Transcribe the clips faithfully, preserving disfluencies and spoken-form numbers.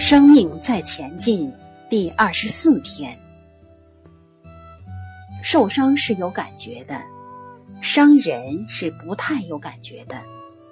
生命在前进第二十四篇。受伤是有感觉的，伤人是不太有感觉的。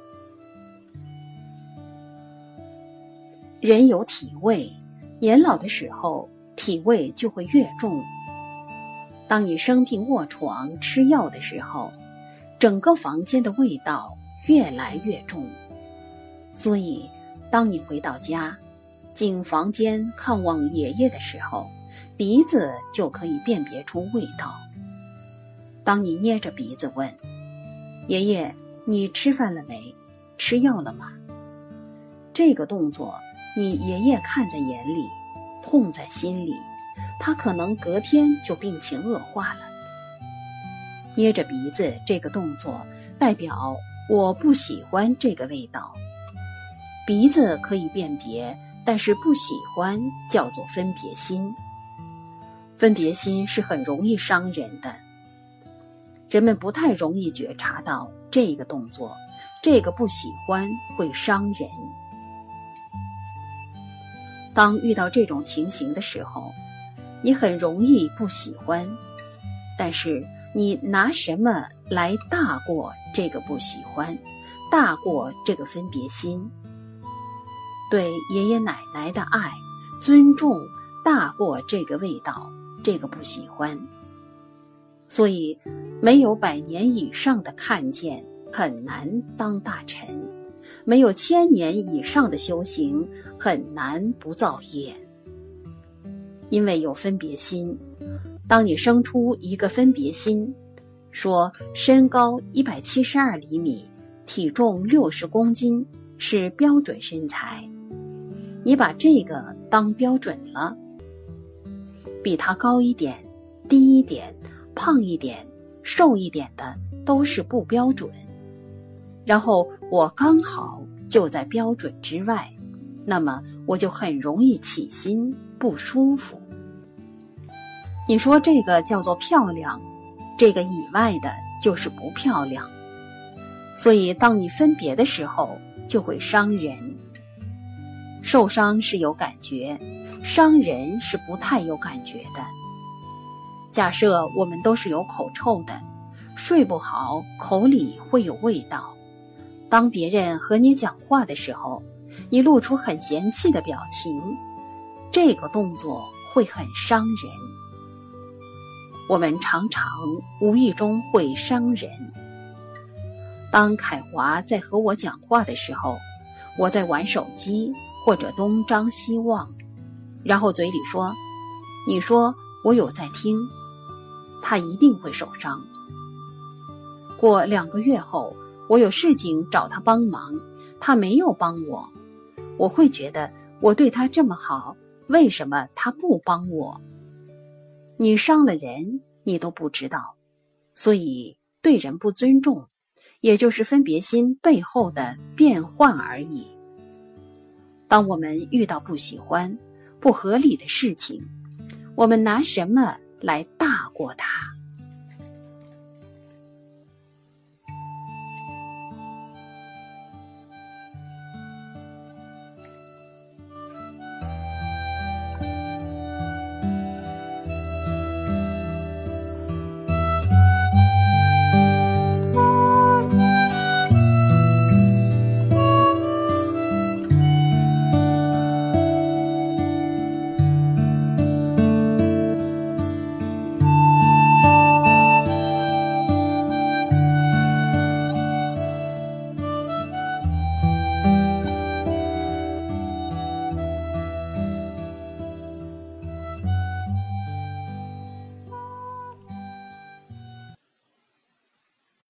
人有体味，年老的时候体味就会越重。当你生病卧床吃药的时候，整个房间的味道越来越重。所以当你回到家进房间看望爷爷的时候，鼻子就可以辨别出味道。当你捏着鼻子问爷爷，你吃饭了没？吃药了吗？这个动作你爷爷看在眼里，痛在心里，他可能隔天就病情恶化了。捏着鼻子这个动作代表我不喜欢这个味道。鼻子可以辨别，但是不喜欢叫做分别心。分别心是很容易伤人的，人们不太容易觉察到这个动作，这个不喜欢会伤人。当遇到这种情形的时候，你很容易不喜欢，但是你拿什么来大过这个不喜欢，大过这个分别心？对爷爷奶奶的爱、尊重大过这个味道，这个不喜欢。所以没有百年以上的看见很难当大臣，没有千年以上的修行很难不造业。因为有分别心，当你生出一个分别心，说身高一百七十二厘米，体重六十公斤是标准身材，你把这个当标准了，比他高一点、低一点、胖一点、瘦一点的都是不标准，然后我刚好就在标准之外，那么我就很容易起心不舒服。你说这个叫做漂亮，这个以外的就是不漂亮。所以当你分别的时候就会伤人。受伤是有感觉，伤人是不太有感觉的。假设我们都是有口臭的，睡不好，口里会有味道。当别人和你讲话的时候，你露出很嫌弃的表情，这个动作会很伤人。我们常常无意中会伤人。当凯华在和我讲话的时候，我在玩手机或者东张西望，然后嘴里说，你说我有在听，他一定会受伤。过两个月后，我有事情找他帮忙，他没有帮我，我会觉得我对他这么好，为什么他不帮我？你伤了人，你都不知道，所以对人不尊重，也就是分别心背后的变换而已。当我们遇到不喜欢、不合理的事情，我们拿什么来大过它？